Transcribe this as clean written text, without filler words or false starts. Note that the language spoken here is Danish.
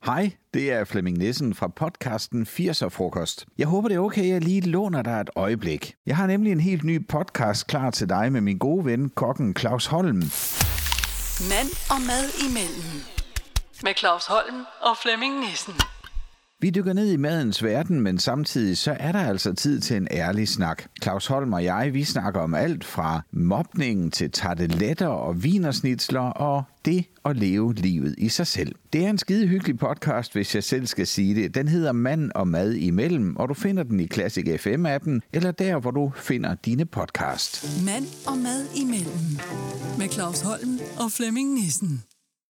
Hej, det er Flemming Nissen fra podcasten 80'er Frokost. Jeg håber, det er okay, at jeg lige låner dig et øjeblik. Jeg har nemlig en helt ny podcast klar til dig med min gode ven, kokken Claus Holm. Mand og mad imellem. Med Claus Holm og Flemming Nissen. Vi dykker ned i madens verden, men samtidig så er der altså tid til en ærlig snak. Claus Holm og jeg, vi snakker om alt fra mobning til tarteletter og wienersnitzler og det at leve livet i sig selv. Det er en skide hyggelig podcast, hvis jeg selv skal sige det. Den hedder Mand og mad imellem, og du finder den i Classic FM-appen, eller der, hvor du finder dine podcast. Mand og mad imellem. Med Claus Holm og Flemming Nissen.